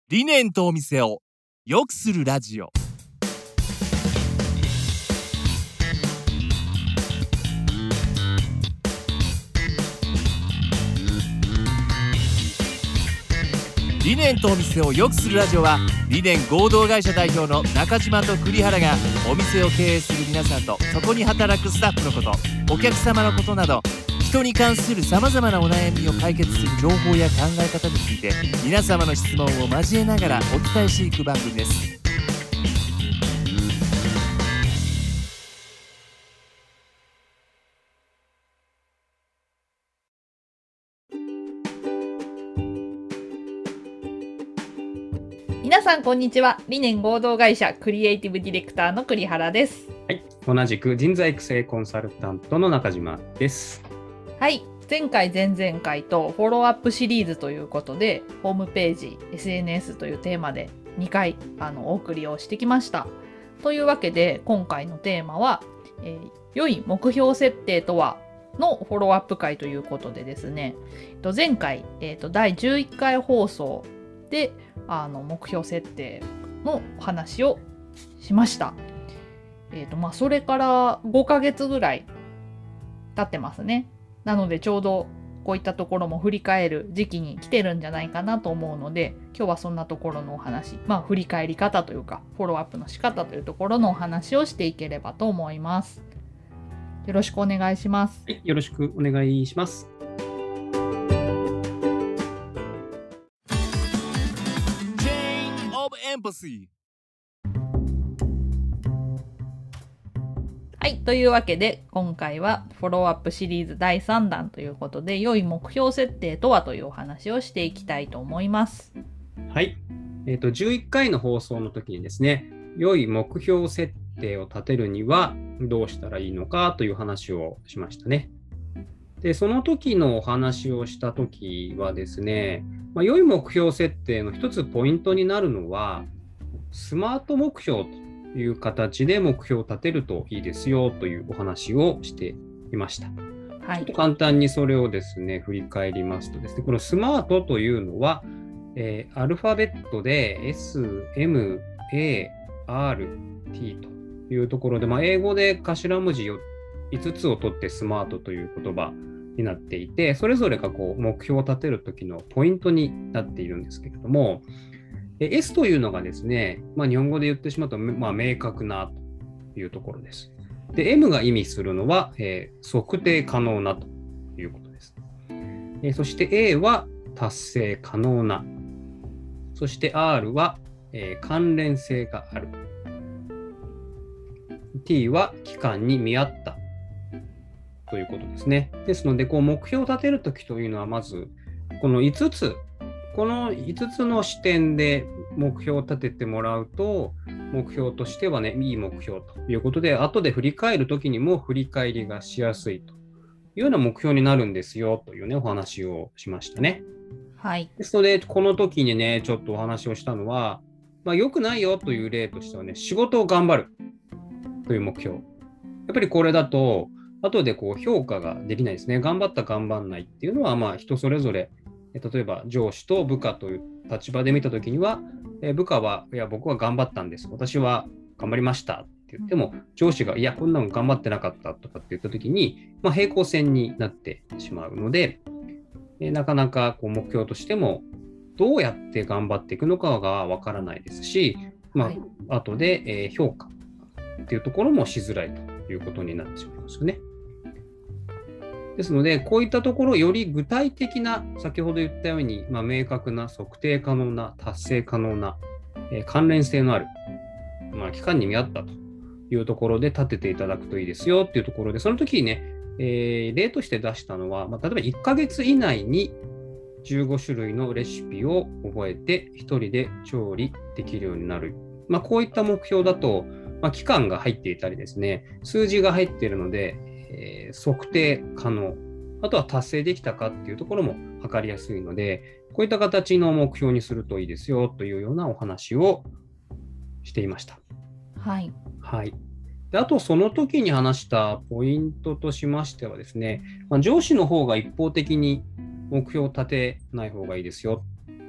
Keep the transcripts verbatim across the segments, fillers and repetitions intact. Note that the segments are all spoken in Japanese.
理念とお店を良くするラジオ。理念とお店を良くするラジオは、理念合同会社代表の中島と栗原がお店を経営する皆さんと、そこに働くスタッフのこと、お客様のことなど、人に関するさまざまなお悩みを解決する情報や考え方について、皆様の質問を交えながらお伝えしていく番組です。 皆さんこんにちは。理念合同会社クリエイティブディレクターの栗原です。 はい、同じく人材育成コンサルタントの中島です。 はい、前回前々回とフォローアップシリーズということで、ホームページ エスエヌエス というテーマでにかいあのお送りをしてきました。というわけで今回のテーマは、えー、良い目標設定とはのフォローアップ会ということでですね、前回、えー、とだいじゅういっかい放送であの目標設定の話をしました。えーとまあ、それからごかげつぐらい経ってますね。なのでちょうどこういったところも振り返る時期に来てるんじゃないかなと思うので、今日はそんなところのお話、まあ振り返り方というかフォローアップの仕方というところのお話をしていければと思います。よろしくお願いします。 はい、よろしくお願いします。 はい、というわけで今回はフォローアップシリーズだいさんだんということで、良い目標設定とはというお話をしていきたいと思います。 はい、えーと、じゅういっかいの放送の時にですね、良い目標設定を立てるにはどうしたらいいのかという話をしましたね。で、その時のお話をした時はですね、まあ、良い目標設定の一つポイントになるのは、スマート目標という形で目標を立てるといいですよというお話をしていました。はい、ちょっと簡単にそれをですね、振り返りますとですね、このスマートというのは、えー、アルファベットで エス、エム、エー、アール、ティー というところで、まあ、英語で頭文字いつつを取ってスマートという言葉になっていて、それぞれがこう目標を立てる時のポイントになっているんですけれども、S というのがですね、まあ、日本語で言ってしまうと、まあ、明確なというところです。で、M が意味するのは、えー、測定可能なということです。えー、そして A は達成可能な。そして R は、えー、関連性がある。T は期間に見合ったということですね。ですので、こう目標を立てるときというのは、まずこのいつつ、このいつつの視点で目標を立ててもらうと、目標としてはね、いい目標ということで、後で振り返るときにも振り返りがしやすいというような目標になるんですよというね、お話をしましたね。 はい。 ですので、この時にね、ちょっとお話をしたのは、まあ、良くないよという例としてはね、仕事を頑張るという目標。やっぱりこれだと、後でこう評価ができないですね。頑張った、頑張んないっていうのは、まあ人それぞれ、例えば上司と部下という立場で見たときには、え部下は、いや、僕は頑張ったんです。私は頑張りましたって言っても、上司が、いや、こんなの頑張ってなかったとかって言ったときに、まあ、平行線になってしまうので、えなかなかこう目標としても、どうやって頑張っていくのかがわからないですし、まあ、はい、後で、えー、評価っていうところもしづらいということになってしまいますよね。ですので、こういったところをより具体的な、先ほど言ったように、まあ、明確な、測定可能な、達成可能な、えー、関連性のある、まあ、期間に見合ったというところで立てていただくといいですよっていうところで、その時にね、えー、例として出したのは、まあ、例えばいっかげつ以内にじゅうごしゅるいのレシピを覚えて、ひとりで調理できるようになる。まあ、こういった目標だと、まあ、期間が入っていたりですね、数字が入っているので、えー、測定可能、あとは達成できたかっていうところも測りやすいので、こういった形の目標にするといいですよというようなお話をしていました。 はい。 はい。で、あとその時に話したポイントとしましてはですね、まあ、上司の方が一方的に目標を立てない方がいいですよ。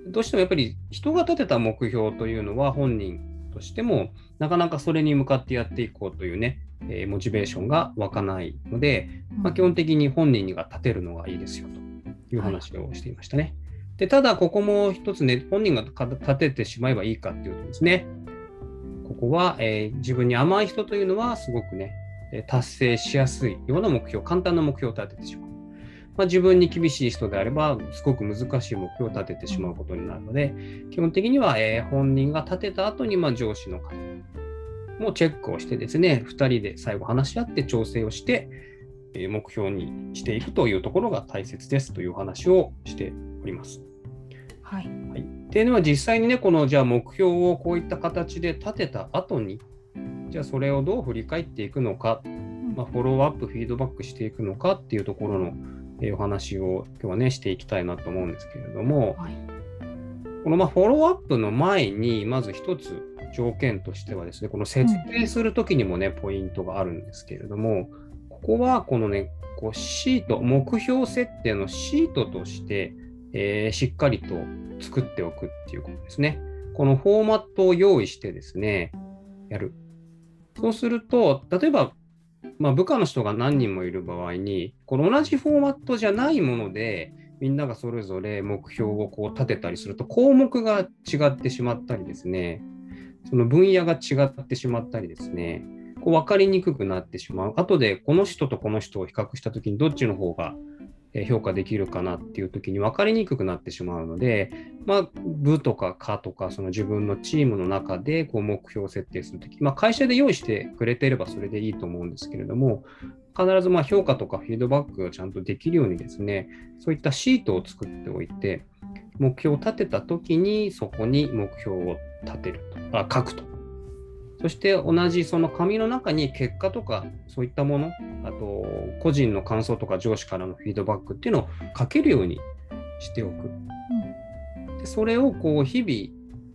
どうしてもやっぱり人が立てた目標というのは本人としてもなかなかそれに向かってやっていこうというね、えー、モチベーションが湧かないので、まあ、基本的に本人が立てるのがいいですよという話をしていましたね。はい、でただここも一つね、本人が立ててしまえばいいかっていうとですね、ここは、えー、自分に甘い人というのはすごくね、達成しやすいような目標、簡単な目標を立ててしまう。まあ、自分に厳しい人であればすごく難しい目標を立ててしまうことになるので、基本的には、えー、本人が立てた後に、まあ、上司の方もチェックをしてですね、ふたりで最後話し合って調整をして、えー、目標にしていくというところが大切ですという話をしております。 はい。 はい、でいうのは実際にね、このじゃあ目標をこういった形で立てた後に、じゃあそれをどう振り返っていくのか、まあ、フォローアップ、フィードバックしていくのかっていうところの、えー、お話を今日はねしていきたいなと思うんですけれども、はい、このまあフォローアップの前にまず一つ条件としてはですね、この設定するときにもね、うん、ポイントがあるんですけれども、ここはこのね、こうシート、目標設定のシートとして、えー、しっかりと作っておくっていうことですね。このフォーマットを用意してですね、やる。そうすると、例えば、まあ、部下の人が何人もいる場合に、この同じフォーマットじゃないもので、みんながそれぞれ目標をこう立てたりすると、項目が違ってしまったりですね、その分野が違ってしまったりですね、こう分かりにくくなってしまう。後でこの人とこの人を比較したときに、どっちの方が評価できるかなっていうときに分かりにくくなってしまうので、まあ、部とか課とかその自分のチームの中でこう目標を設定するとき、まあ、会社で用意してくれていればそれでいいと思うんですけれども、必ずまあ評価とかフィードバックがちゃんとできるようにですね、そういったシートを作っておいて、目標を立てたときにそこに目標を立てると、あ、書くと。そして同じその紙の中に結果とかそういったもの、あと個人の感想とか上司からのフィードバックっていうのを書けるようにしておく。うん、でそれをこう日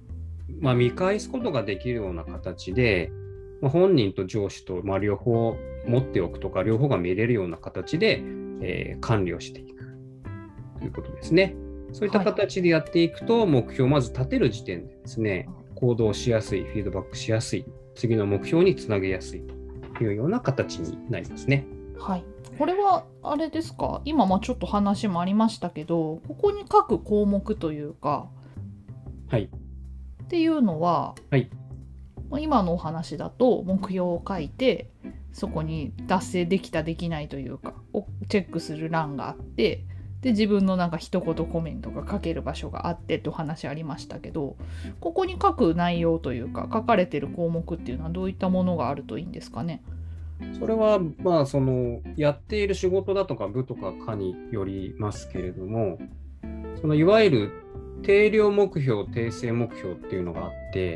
々、まあ、見返すことができるような形で、まあ、本人と上司とまあ両方持っておくとか、両方が見れるような形で、えー、管理をしていくということですね。そういった形でやっていくと、目標をまず立てる時点でですね、行動しやすい、フィードバックしやすい、次の目標につなげやすいというような形になりますね。 はい。これはあれですか、今まあちょっと話もありましたけど、ここに書く項目というか、 はい、 っていうのは、 はい、 今のお話だと目標を書いて、そこに達成できたできないというかをチェックする欄があって、で自分のなんか一言コメントが書ける場所があってと話ありましたけど、ここに書く内容というか書かれてる項目っていうのはどういったものがあるといいんですかね。 それはまあそのやっている仕事だとか部とか課によりますけれども、そのいわゆる定量目標、定性目標っていうのがあって、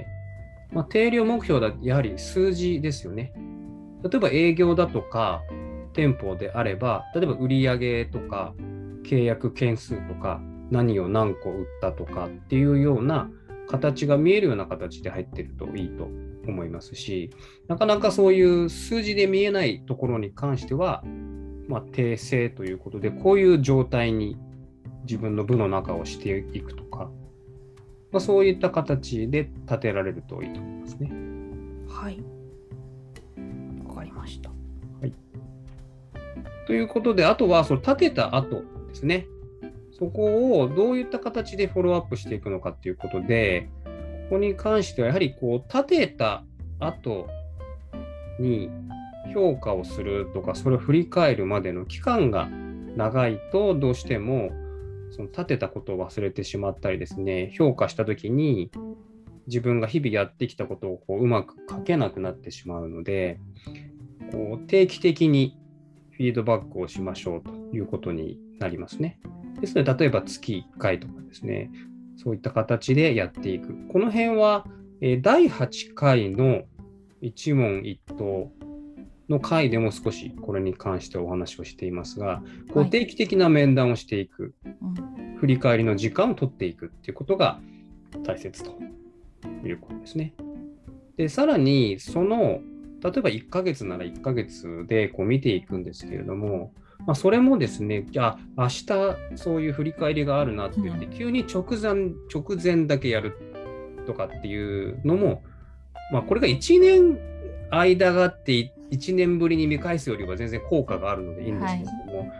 まあ、定量目標だやはり数字ですよね。例えば営業だとか店舗であれば、例えば売上とか契約件数とか何を何個売ったとかっていうような形が見えるような形で入ってるといいと思いますし、なかなかそういう数字で見えないところに関しては、まあ、定性ということで、こういう状態に自分の部の中をしていくとか、まあ、そういった形で立てられるといいと思いますね。 はい。わかりました。 はい。ということで、あとはその立てた後ですね。そこをどういった形でフォローアップしていくのかということで、ここに関してはやはりこう立てた後に評価をするとか、それを振り返るまでの期間が長いと、どうしてもその立てたことを忘れてしまったりですね、評価したときに自分が日々やってきたことをこううまく書けなくなってしまうので、こう定期的にフィードバックをしましょうということになりますね。ですので、例えば月いっかいとかですね、そういった形でやっていく。この辺はだいはちかいの一問一答の回でも少しこれに関してお話をしていますが、こう定期的な面談をしていく、はい、振り返りの時間を取っていくっていうことが大切ということですね。で、さらにその例えばいっかげつならいっかげつでこう見ていくんですけれども、 まあ、それもですね、じゃあ明日そういう振り返りがあるなって言って、うん、急に直前直前だけやるとかっていうのも、まあ、これがいちねん間があっていちねんぶりに見返すよりは全然効果があるのでいいんですけども、はい、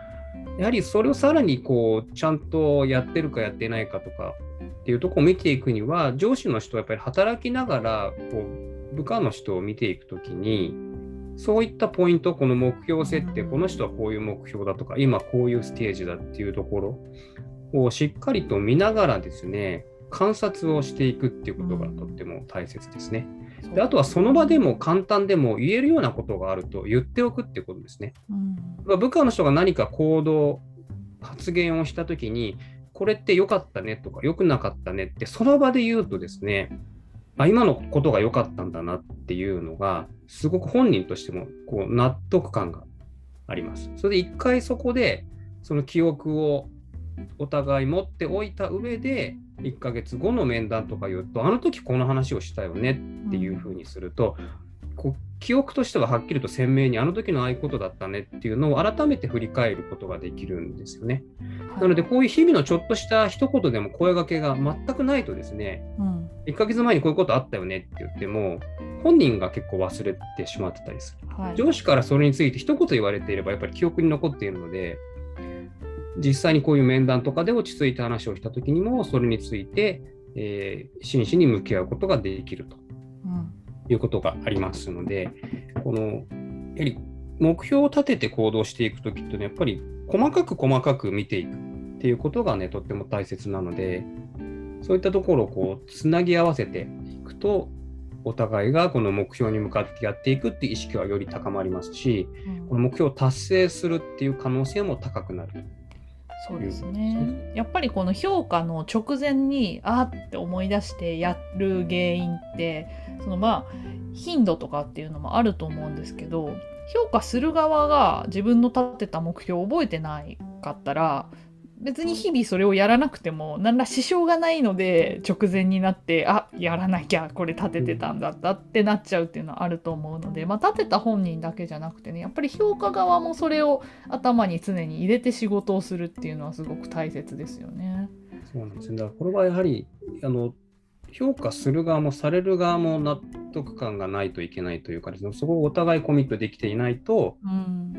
やはりそれをさらにこうちゃんとやってるかやってないかとかっていうところを見ていくには、上司の人はやっぱり働きながらこう部下の人を見ていくときに、そういったポイント、この目標設定、この人はこういう目標だとか、今こういうステージだっていうところをしっかりと見ながらですね、観察をしていくっていうことがとっても大切ですね。で、あとはその場でも簡単でも言えるようなことがあると言っておくっていうことですね。うん、部下の人が何か行動、発言をしたときに、これって良かったねとか良くなかったねってその場で言うとですね、あ、今のことが良かったんだなっていうのがすごく本人としてもこう納得感があります。それで一回そこでその記憶をお互い持っておいた上でいっかげつごの面談とか言うと、あの時この話をしたよねっていうふうにすると、うん、こう記憶としてははっきりと鮮明にあの時のああいうことだったねっていうのを改めて振り返ることができるんですよね。はい、なのでこういう日々のちょっとした一言でも声掛けが全くないとですね、うん、いっかげつまえにこういうことあったよねって言っても本人が結構忘れてしまってたりする。はい、上司からそれについて一言言われていればやっぱり記憶に残っているので、実際にこういう面談とかで落ち着いた話をした時にもそれについて、えー、真摯に向き合うことができるということがありますので、うん、このやはり目標を立てて行動していく時ってね、やっぱり細かく細かく見ていくっていうことがねとっても大切なので、そういったところをこうつなぎ合わせていくとお互いがこの目標に向かってやっていくっていう意識はより高まりますし、うん、この目標を達成するっていう可能性も高くなる。 そうですね。やっぱりこの評価の直前にあーって思い出してやる原因ってそのまあ頻度とかっていうのもあると思うんですけど、評価する側が自分の立てた目標を覚えてないかったら別に日々それをやらなくても何ら支障がないので、直前になってあやらなきゃこれ立ててたんだったってなっちゃうっていうのはあると思うので、まあ、立てた本人だけじゃなくてね、やっぱり評価側もそれを頭に常に入れて仕事をするっていうのはすごく大切ですよね。 そうなんですね。だからこれはやはりあの評価する側もされる側も納得感がないといけないというかですね、そこをお互いコミットできていないと、うん、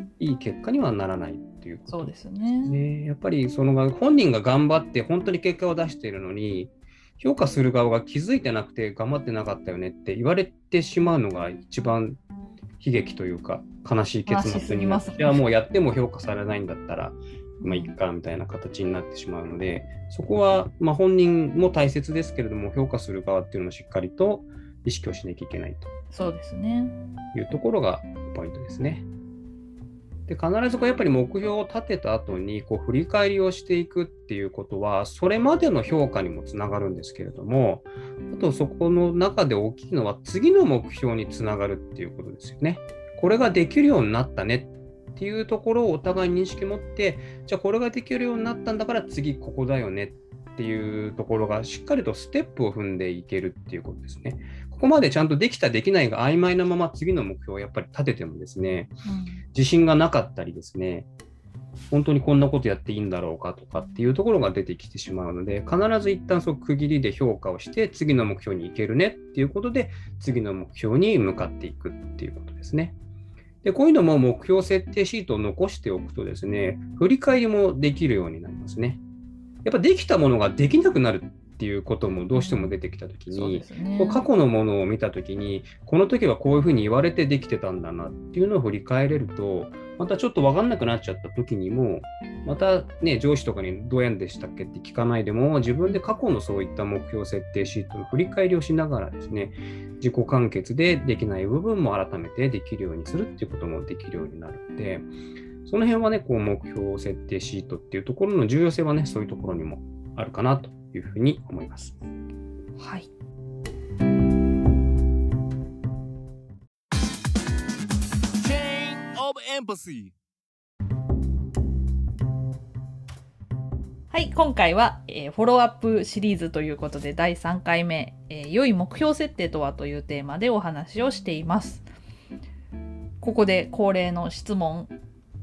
いい結果にはならないっていうことですね。そうですね。やっぱりその本人が頑張って本当に結果を出しているのに、評価する側が気づいてなくて頑張ってなかったよねって言われてしまうのが一番悲劇というか悲しい結末になって、いやもうやっても評価されないんだったらまあいっかみたいな形になってしまうので、そこはまあ本人も大切ですけれども、評価する側っていうのもしっかりと意識をしなきゃいけないと。 そうですね。 いうところがポイントですね。で、必ずこうやっぱり目標を立てた後にこう振り返りをしていくっていうことは、それまでの評価にもつながるんですけれども、あとそこの中で大きいのは次の目標につながるっていうことですよね。これができるようになったねっていうところをお互いに認識持って、じゃあこれができるようになったんだから次ここだよねっていうところがしっかりとステップを踏んでいけるっていうことですね。ここまでちゃんとできたできないが曖昧なまま次の目標をやっぱり立ててもですね、うん、自信がなかったりですね、本当にこんなことやっていいんだろうかとかっていうところが出てきてしまうので、必ず一旦そう区切りで評価をして次の目標に行けるねっていうことで次の目標に向かっていくっていうことですね。で、こういうのも目標設定シートを残しておくとですね、振り返りもできるようになりますね。やっぱできたものができなくなるっていうこともどうしても出てきたときに、うんね、過去のものを見たときに、この時はこういうふうに言われてできてたんだなっていうのを振り返れると、またちょっと分かんなくなっちゃった時にも、またね、上司とかにどうやんでしたっけって聞かないでも、自分で過去のそういった目標設定シートの振り返りをしながらですね、自己完結でできない部分も改めてできるようにするっていうこともできるようになるので、その辺はね、こう目標設定シートっていうところの重要性はね、そういうところにもあるかなというふうに思います。 はい。はい、今回は、えー、フォローアップシリーズということでだいさんかいめ、えー、良い目標設定とはというテーマでお話をしています。ここで恒例の質問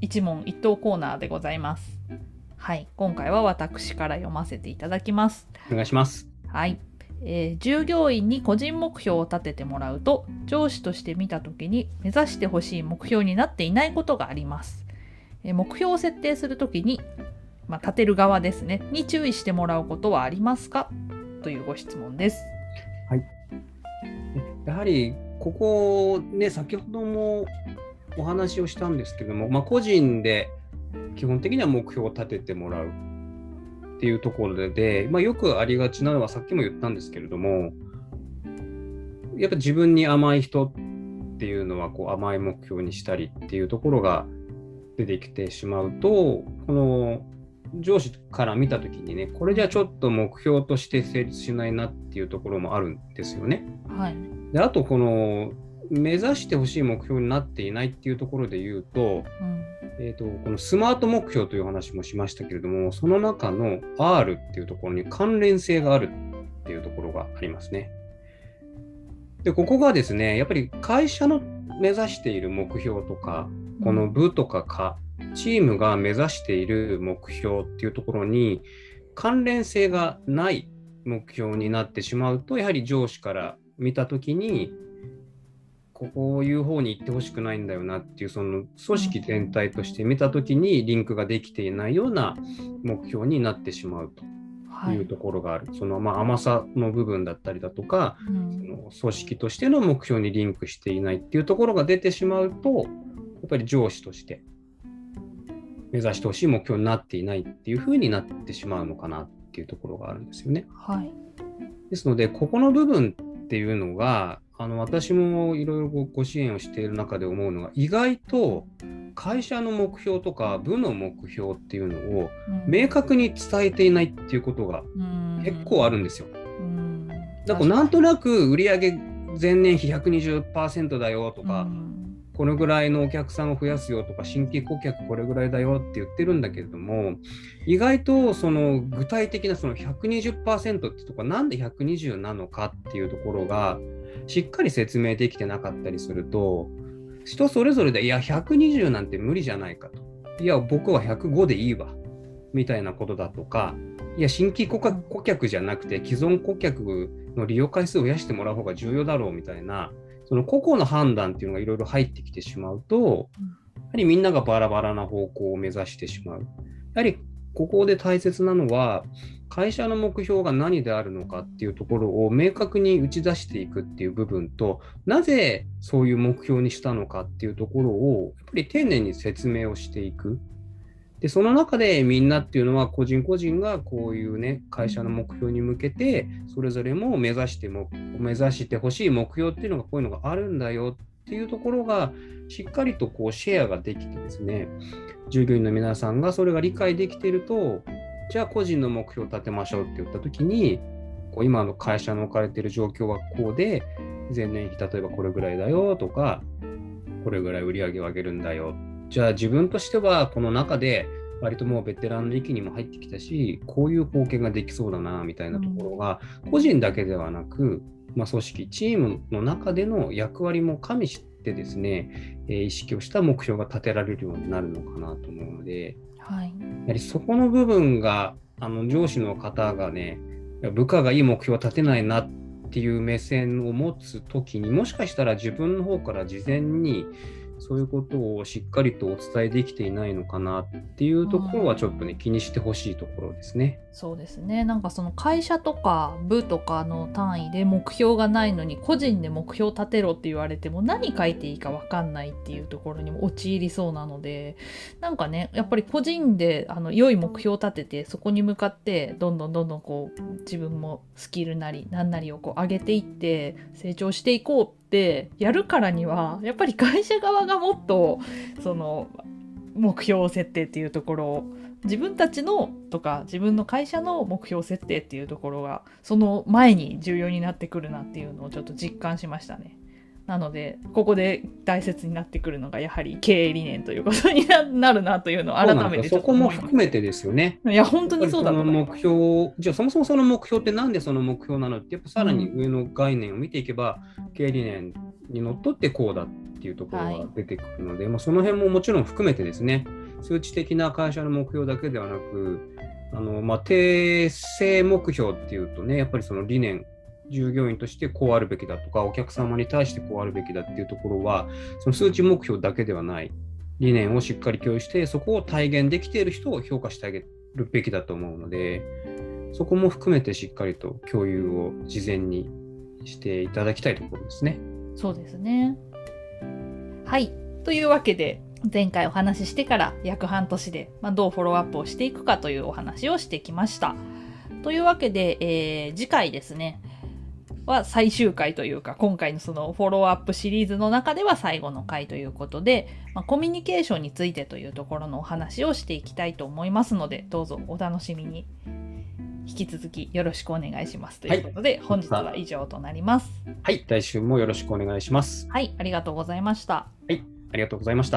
一問一答コーナーでございます。はい、今回は私から読ませていただきます。 お願いします。 はい、えー、従業員に個人目標を立ててもらうと、上司として見たときに目指してほしい目標になっていないことがあります。えー、目標を設定するときに、まあ、立てる側ですねに注意してもらうことはありますかというご質問です。 はい、やはりここね、先ほどもお話をしたんですけども、まあ、個人で基本的には目標を立ててもらうっていうところで、まあ、よくありがちなのはさっきも言ったんですけれども、やっぱ自分に甘い人っていうのはこう甘い目標にしたりっていうところが出てきてしまうと、この上司から見たときにね、これじゃちょっと目標として成立しないなっていうところもあるんですよね。 はい、 であとこの目指してほしい目標になっていないっていうところで言うと、うん、えーと、このスマート目標という話もしましたけれども、その中の アール っていうところに関連性があるっていうところがありますね。で、ここがですね、やっぱり会社の目指している目標とか、この部とか課、チームが目指している目標っていうところに関連性がない目標になってしまうと、やはり上司から見たときに、こういう方に行ってほしくないんだよなっていう、その組織全体として見たときにリンクができていないような目標になってしまうというところがある。はい、そのまあ甘さの部分だったりだとか、うん、その組織としての目標にリンクしていないっていうところが出てしまうと、やっぱり上司として目指してほしい目標になっていないっていう風になってしまうのかなっていうところがあるんですよね。 はい、 ですので、ここの部分っていうのが、あの私もいろいろご支援をしている中で思うのが、意外と会社の目標とか部の目標っていうのを明確に伝えていないっていうことが結構あるんですよ。うん、だからなんとなく売上前年比 ひゃくにじゅっパーセント だよとか、うん、このぐらいのお客さんを増やすよとか、新規顧客これぐらいだよって言ってるんだけれども、意外とその具体的なその ひゃくにじゅっパーセント ってとこなんでひゃくにじゅうなのかっていうところがしっかり説明できてなかったりすると、人それぞれでいやひゃくにじゅうなんて無理じゃないかと、いや僕はひゃくごでいいわみたいなことだとか、いや新規顧客、顧客じゃなくて既存顧客の利用回数を増やしてもらう方が重要だろうみたいな、その個々の判断っていうのがいろいろ入ってきてしまうと、やはりみんながバラバラな方向を目指してしまう。やはりここで大切なのは、会社の目標が何であるのかっていうところを明確に打ち出していくっていう部分と、なぜそういう目標にしたのかっていうところをやっぱり丁寧に説明をしていく。で、その中でみんなっていうのは個人個人がこういうね、会社の目標に向けてそれぞれも目指しても目指してほしい目標っていうのがこういうのがあるんだよっていうところがしっかりとこうシェアができてですね、従業員の皆さんがそれが理解できていると、じゃあ個人の目標を立てましょうって言ったときに、こう今の会社の置かれている状況はこうで、前年比例えばこれぐらいだよとか、これぐらい売り上げを上げるんだよ。じゃあ自分としてはこの中で割ともうベテランの域にも入ってきたし、こういう貢献ができそうだなみたいなところが、個人だけではなく、まあ、組織、チームの中での役割も加味してですね、えー、意識をした目標が立てられるようになるのかなと思うので、 はい、やはりそこの部分があの上司の方がね、部下がいい目標を立てないなっていう目線を持つときに、もしかしたら自分の方から事前にそういうことをしっかりとお伝えできていないのかなっていうところはちょっとね、気にしてほしいところですね。 そうですね。なんかその会社とか部とかの単位で目標がないのに個人で目標立てろって言われても何書いていいか分かんないっていうところにも陥りそうなので、なんかね、やっぱり個人であの良い目標を立てて、そこに向かってどんどんどんどんこう自分もスキルなり何なりをこう上げていって成長していこうってやるからには、やっぱり会社側がもっとその目標設定っていうところを、自分たちのとか自分の会社の目標設定っていうところがその前に重要になってくるなっていうのをちょっと実感しましたね。なのでここで大切になってくるのがやはり経営理念ということになるなというのを改めてちょっと思います。 そこも含めてですよね。 いや本当にそうだと思います。 目標、じゃあそもそもその目標ってなんでその目標なのって、やっぱさらに上の概念を見ていけば、うん、経営理念にのっとってこうだっていうところが出てくるので、はい、まあ、その辺ももちろん含めてですね、数値的な会社の目標だけではなく、あのまあ、定性目標っていうとね、やっぱりその理念、従業員としてこうあるべきだとか、お客様に対してこうあるべきだっていうところは、その数値目標だけではない理念をしっかり共有して、そこを体現できている人を評価してあげるべきだと思うので、そこも含めてしっかりと共有を事前にしていただきたいところですね。 そうですね。はい。というわけで、前回お話ししてから約半年で、まあ、どうフォローアップをしていくかというお話をしてきました。というわけで、えー、次回ですね、は最終回というか、今回のそのフォローアップシリーズの中では最後の回ということで、まあ、コミュニケーションについてというところのお話をしていきたいと思いますので、どうぞお楽しみに。引き続きよろしくお願いしますということで、はい、本日は以上となります。 はい、来週もよろしくお願いします。 はい、ありがとうございました。 はい、ありがとうございました。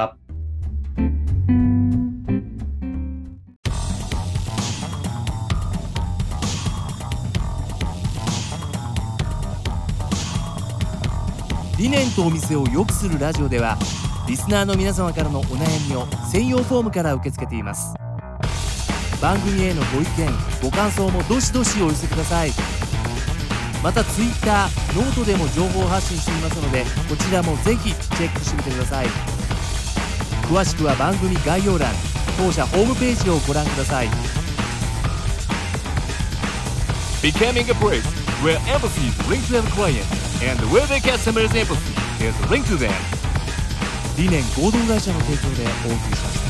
理念とお店を良くするラジオでは、リスナーの皆様からのお悩みを専用フォームから受け付けています。番組へのご意見ご感想もどしどしお寄せください。また Twitter、ノートでも情報発信していますので、こちらもぜひチェックしてみてください。詳しくは番組概要欄、当社ホームページをご覧ください。 Becoming a place where empathy is linked to the client and where the customer's empathy is linked to them。 理念合同会社の提供でお送りしました。